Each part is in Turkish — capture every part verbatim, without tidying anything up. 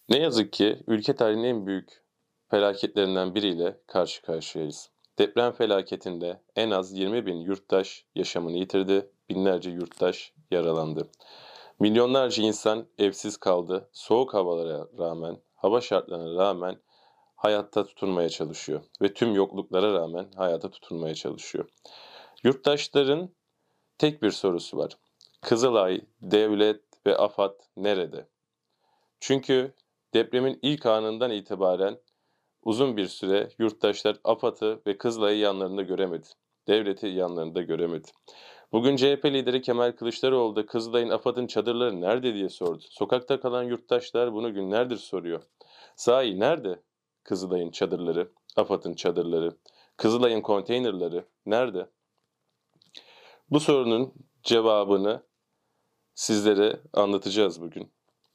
Ne yazık ki ülke tarihinin en büyük felaketlerinden biriyle karşı karşıyayız. Deprem felaketinde en az yirmi bin yurttaş yaşamını yitirdi, binlerce yurttaş yaralandı. Milyonlarca insan evsiz kaldı, soğuk havalara rağmen, hava şartlarına rağmen hayatta tutunmaya çalışıyor ve tüm yokluklara rağmen hayata tutunmaya çalışıyor. Yurttaşların tek bir sorusu var. Kızılay, devlet ve AFAD nerede? Çünkü depremin ilk anından itibaren uzun bir süre yurttaşlar AFAD'ı ve Kızılay'ı yanlarında göremedi. Devleti yanlarında göremedi. Bugün C H P lideri Kemal Kılıçdaroğlu da Kızılay'ın, AFAD'ın çadırları nerede diye sordu. Sokakta kalan yurttaşlar bunu günlerdir soruyor. Sahi nerede Kızılay'ın çadırları, AFAD'ın çadırları, Kızılay'ın konteynerları nerede? Bu sorunun cevabını sizlere anlatacağız bugün.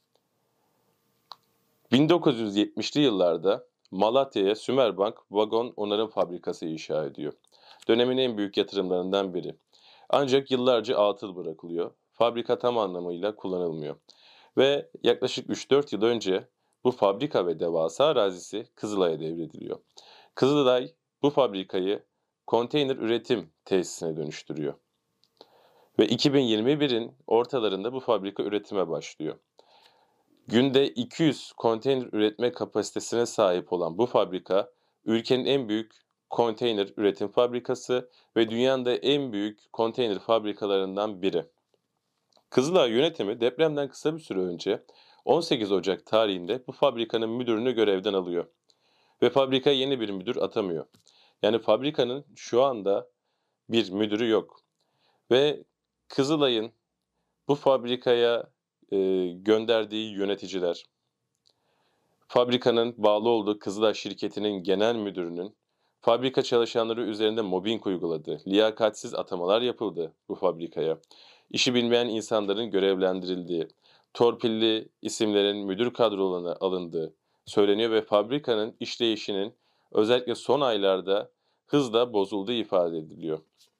bin dokuz yüz yetmişli yıllarda Malatya'ya Sümerbank vagon onarım fabrikası inşa ediyor. Dönemin en büyük yatırımlarından biri. Ancak yıllarca atıl bırakılıyor. Fabrika tam anlamıyla kullanılmıyor. Ve yaklaşık üç dört yıl önce bu fabrika ve devasa arazisi Kızılay'a devrediliyor. Kızılay bu fabrikayı konteyner üretim tesisine dönüştürüyor. Ve iki bin yirmi birin ortalarında bu fabrika üretime başlıyor. Günde iki yüz konteyner üretme kapasitesine sahip olan bu fabrika, ülkenin en büyük konteyner üretim fabrikası ve dünyanın da en büyük konteyner fabrikalarından biri. Kızılay yönetimi depremden kısa bir süre önce on sekiz Ocak tarihinde bu fabrikanın müdürünü görevden alıyor ve fabrikaya yeni bir müdür atamıyor. Yani fabrikanın şu anda bir müdürü yok ve Kızılay'ın bu fabrikaya e, gönderdiği yöneticiler, fabrikanın bağlı olduğu Kızılay şirketinin genel müdürünün fabrika çalışanları üzerinde mobbing uyguladığı, liyakatsiz atamalar yapıldı bu fabrikaya, işi bilmeyen insanların görevlendirildiği, torpilli isimlerin müdür kadrolarına alındığı söyleniyor ve fabrikanın işleyişinin özellikle son aylarda hızla bozulduğu ifade ediliyor.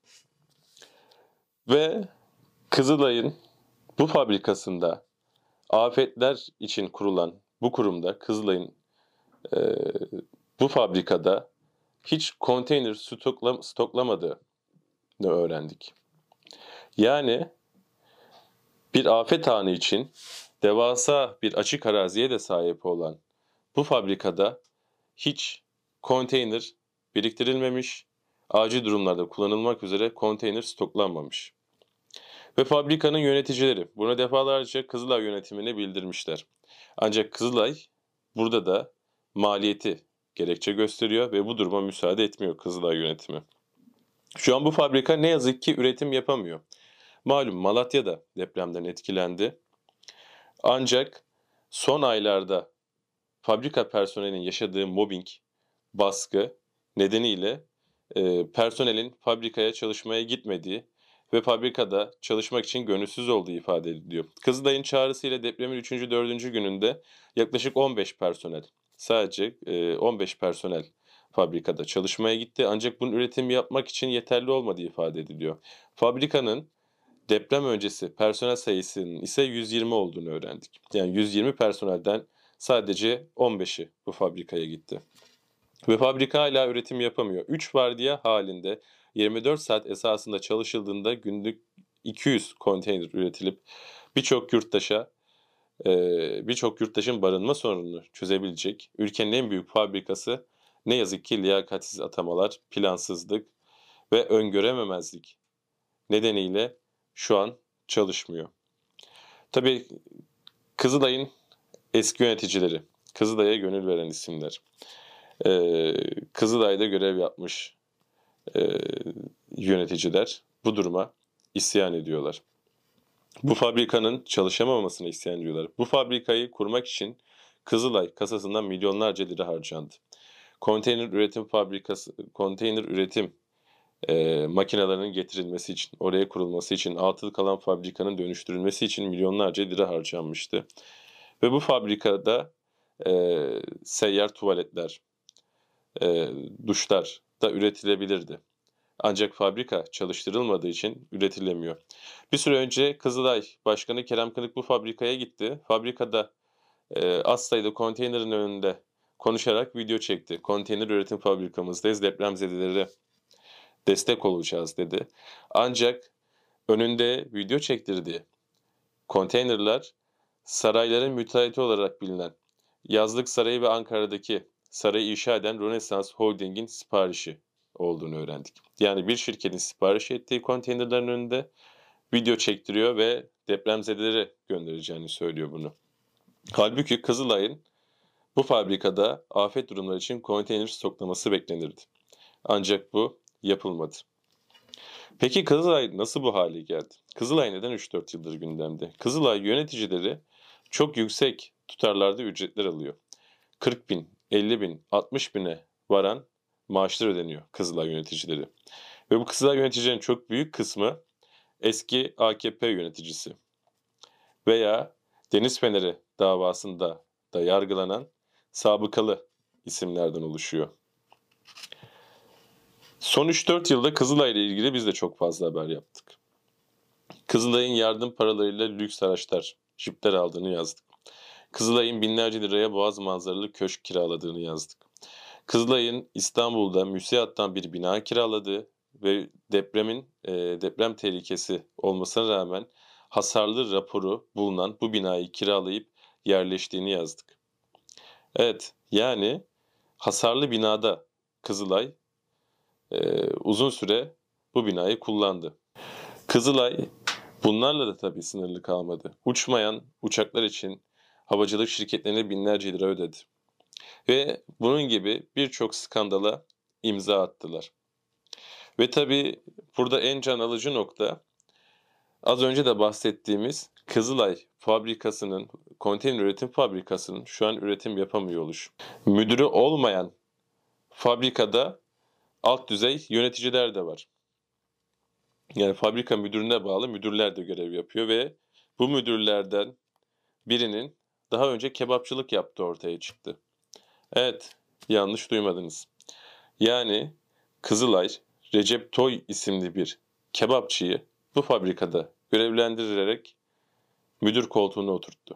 Ve Kızılay'ın bu fabrikasında afetler için kurulan bu kurumda Kızılay'ın e, bu fabrikada hiç konteyner stokla, stoklamadığını öğrendik. Yani bir afet anı için devasa bir açık araziye de sahip olan bu fabrikada hiç konteyner biriktirilmemiş, acil durumlarda kullanılmak üzere konteyner stoklanmamış. Ve fabrikanın yöneticileri bunu defalarca Kızılay yönetimine bildirmişler. Ancak Kızılay burada da maliyeti gerekçe gösteriyor ve bu duruma müsaade etmiyor Kızılay yönetimi. Şu an bu fabrika ne yazık ki üretim yapamıyor. Malum Malatya da depremden etkilendi. Ancak son aylarda fabrika personelinin yaşadığı mobbing, baskı nedeniyle e, personelin fabrikaya çalışmaya gitmediği ve fabrikada çalışmak için gönülsüz olduğu ifade ediliyor. Kızılay'ın çağrısıyla depremin üçüncü dördüncü gününde yaklaşık on beş personel, sadece e, on beş personel fabrikada çalışmaya gitti. Ancak bunun üretim yapmak için yeterli olmadığı ifade ediliyor. Fabrikanın deprem öncesi personel sayısının ise yüz yirmi olduğunu öğrendik. Yani yüz yirmi personelden sadece on beşi bu fabrikaya gitti. Ve fabrika hala üretim yapamıyor. üç vardiya halinde yirmi dört saat esasında çalışıldığında günlük iki yüz konteyner üretilip birçok yurttaşa, eee, birçok yurttaşın barınma sorununu çözebilecek ülkenin en büyük fabrikası ne yazık ki liyakatsiz atamalar, plansızlık ve öngörememezlik nedeniyle şu an çalışmıyor. Tabii Kızılay'ın eski yöneticileri, Kızılay'a gönül veren isimler, eee, Kızılay'da görev yapmış eee, yöneticiler bu duruma isyan ediyorlar. Bu fabrikanın çalışamamasına isyan ediyorlar. Bu fabrikayı kurmak için Kızılay kasasından milyonlarca lira harcandı. Konteyner üretim fabrikası, konteyner üretim eee makinelerinin getirilmesi için, oraya kurulması için, atıl kalan fabrikanın dönüştürülmesi için milyonlarca lira harcanmıştı. Ve bu fabrikada eee, seyyar tuvaletler, eee, duşlar da üretilebilirdi. Ancak fabrika çalıştırılmadığı için üretilemiyor. Bir süre önce Kızılay Başkanı Kerem Kınık bu fabrikaya gitti. Fabrikada e, az sayıda konteynerin önünde konuşarak video çekti. Konteyner üretim fabrikamızdayız, depremzedelere destek olacağız dedi. Ancak önünde video çektirdiği konteynerler sarayların müteahhiti olarak bilinen Yazlık Sarayı ve Ankara'daki sarayı inşa eden Rönesans Holding'in siparişi olduğunu öğrendik. Yani bir şirketin sipariş ettiği konteynerlerin önünde video çektiriyor ve depremzedelere göndereceğini söylüyor bunu. Halbuki Kızılay'ın bu fabrikada afet durumları için konteyner stoklaması beklenirdi. Ancak bu yapılmadı. Peki Kızılay nasıl bu hale geldi? Kızılay neden üç dört yıldır gündemde? Kızılay yöneticileri çok yüksek tutarlarda ücretler alıyor. kırk bin, elli bin, altmış bine varan maaşlar ödeniyor Kızılay yöneticileri. Ve bu Kızılay yöneticilerin çok büyük kısmı eski A K P yöneticisi veya Deniz Feneri davasında da yargılanan sabıkalı isimlerden oluşuyor. Son üç dört yılda Kızılay ile ilgili biz de çok fazla haber yaptık. Kızılay'ın yardım paralarıyla lüks araçlar, jipler aldığını yazdık. Kızılay'ın binlerce liraya Boğaz manzaralı köşk kiraladığını yazdık. Kızılay'ın İstanbul'da müsiattan bir bina kiraladığı ve depremin e, deprem tehlikesi olmasına rağmen hasarlı raporu bulunan bu binayı kiralayıp yerleştiğini yazdık. Evet, yani hasarlı binada Kızılay e, uzun süre bu binayı kullandı. Kızılay bunlarla da tabii sınırlı kalmadı. Uçmayan uçaklar için havacılık şirketlerine binlerce lira ödedi. Ve bunun gibi birçok skandala imza attılar. Ve tabii burada en can alıcı nokta az önce de bahsettiğimiz Kızılay fabrikasının, konteyner üretim fabrikasının şu an üretim yapamıyor oluş. Müdürü olmayan fabrikada alt düzey yöneticiler de var. Yani fabrika müdürüne bağlı müdürler de görev yapıyor ve bu müdürlerden birinin daha önce kebapçılık yaptığı ortaya çıktı. Evet, yanlış duymadınız. Yani Kızılay, Recep Toy isimli bir kebapçıyı bu fabrikada görevlendirerek müdür koltuğuna oturttu.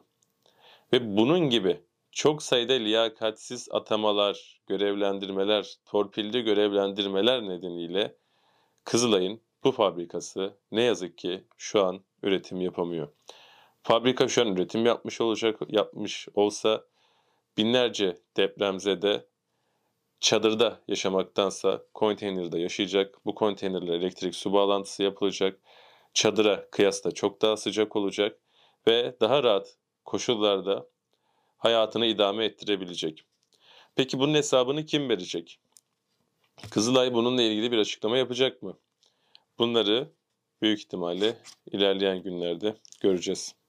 Ve bunun gibi çok sayıda liyakatsiz atamalar, görevlendirmeler, torpilli görevlendirmeler nedeniyle Kızılay'ın bu fabrikası ne yazık ki şu an üretim yapamıyor. Fabrika şu an üretim yapmış olacak, yapmış olsa binlerce depremzede çadırda yaşamaktansa konteynerde yaşayacak. Bu konteynerle elektrik su bağlantısı yapılacak. Çadıra kıyasla çok daha sıcak olacak ve daha rahat koşullarda hayatını idame ettirebilecek. Peki bunun hesabını kim verecek? Kızılay bununla ilgili bir açıklama yapacak mı? Bunları büyük ihtimalle ilerleyen günlerde göreceğiz.